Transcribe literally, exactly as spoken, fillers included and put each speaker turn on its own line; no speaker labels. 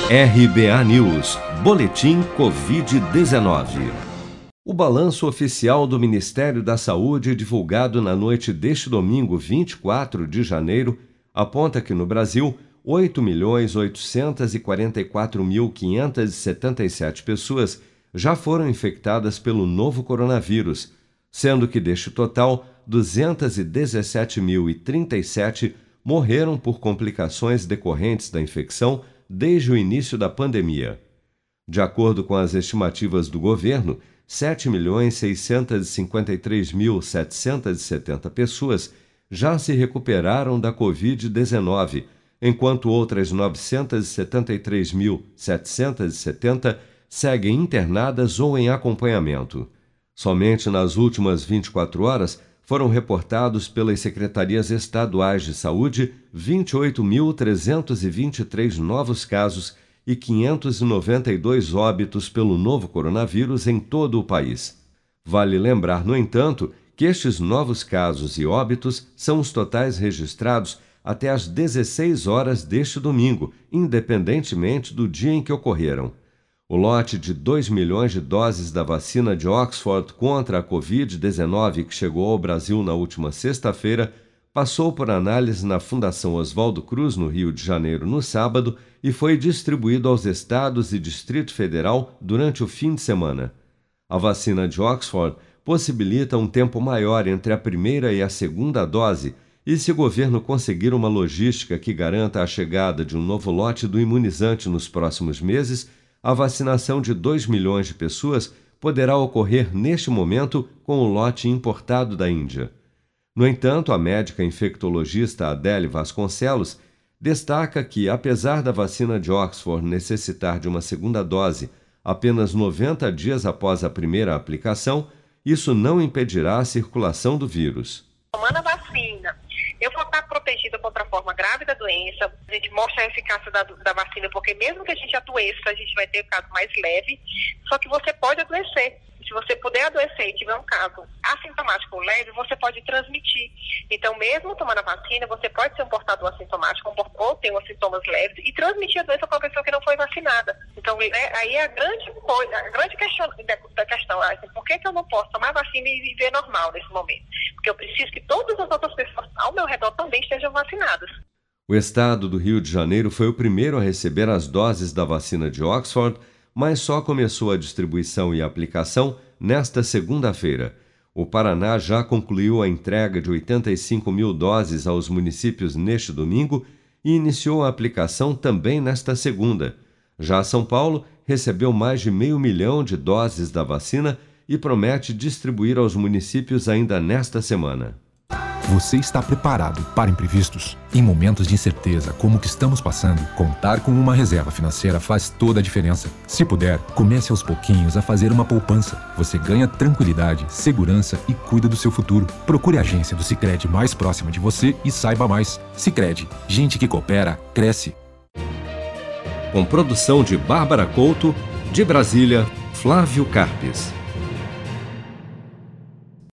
R B A News, Boletim covid dezenove. O balanço oficial do Ministério da Saúde, divulgado na noite deste domingo, vinte e quatro de janeiro, aponta que no Brasil, oito milhões oitocentos e quarenta e quatro mil quinhentos e setenta e sete pessoas já foram infectadas pelo novo coronavírus, sendo que deste total, duzentos e dezessete mil e trinta e sete morreram por complicações decorrentes da infecção desde o início da pandemia. De acordo com as estimativas do governo, sete milhões seiscentos e cinquenta e três mil setecentos e setenta pessoas já se recuperaram da covid dezenove, enquanto outras novecentos e setenta e três mil setecentos e setenta seguem internadas ou em acompanhamento. Somente nas últimas vinte e quatro horas foram reportados pelas secretarias estaduais de saúde vinte e oito mil trezentos e vinte e três novos casos e quinhentos e noventa e dois óbitos pelo novo coronavírus em todo o país. Vale lembrar, no entanto, que estes novos casos e óbitos são os totais registrados até às dezesseis horas deste domingo, independentemente do dia em que ocorreram. O lote de dois milhões de doses da vacina de Oxford contra a covid dezenove que chegou ao Brasil na última sexta-feira passou por análise na Fundação Oswaldo Cruz, no Rio de Janeiro, no sábado, e foi distribuído aos estados e Distrito Federal durante o fim de semana. A vacina de Oxford possibilita um tempo maior entre a primeira e a segunda dose, e se o governo conseguir uma logística que garanta a chegada de um novo lote do imunizante nos próximos meses, a vacinação de dois milhões de pessoas poderá ocorrer neste momento com o lote importado da Índia. No entanto, a médica infectologista Adele Vasconcelos destaca que, apesar da vacina de Oxford necessitar de uma segunda dose apenas noventa dias após a primeira aplicação, isso não impedirá a circulação do vírus.
Tomando a vacina, eu vou estar protegida contra a forma grave da doença. A gente mostra a eficácia da, da vacina, porque mesmo que a gente adoeça, a gente vai ter um caso mais leve, só que você pode adoecer. Se você puder adoecer e tiver um caso assintomático ou leve, você pode transmitir. Então, mesmo tomando a vacina, você pode ser um portador assintomático ou ter uns sintomas leves e transmitir a doença para uma pessoa que não foi vacinada. Então, é, aí é a grande coisa, a grande questão da questão, assim, por que, que eu não posso tomar vacina e viver normal nesse momento? Porque eu preciso que todas as outras pessoas ao meu redor também estejam vacinadas.
O estado do Rio de Janeiro foi o primeiro a receber as doses da vacina de Oxford, mas só começou a distribuição e aplicação nesta segunda-feira. O Paraná já concluiu a entrega de oitenta e cinco mil doses aos municípios neste domingo e iniciou a aplicação também nesta segunda. Já São Paulo recebeu mais de meio milhão de doses da vacina e promete distribuir aos municípios ainda nesta semana.
Você está preparado para imprevistos? Em momentos de incerteza como o que estamos passando, contar com uma reserva financeira faz toda a diferença. Se puder, comece aos pouquinhos a fazer uma poupança. Você ganha tranquilidade, segurança e cuida do seu futuro. Procure a agência do Sicredi mais próxima de você e saiba mais. Sicredi, gente que coopera, cresce.
Com produção de Bárbara Couto, de Brasília, Flávio Carpes.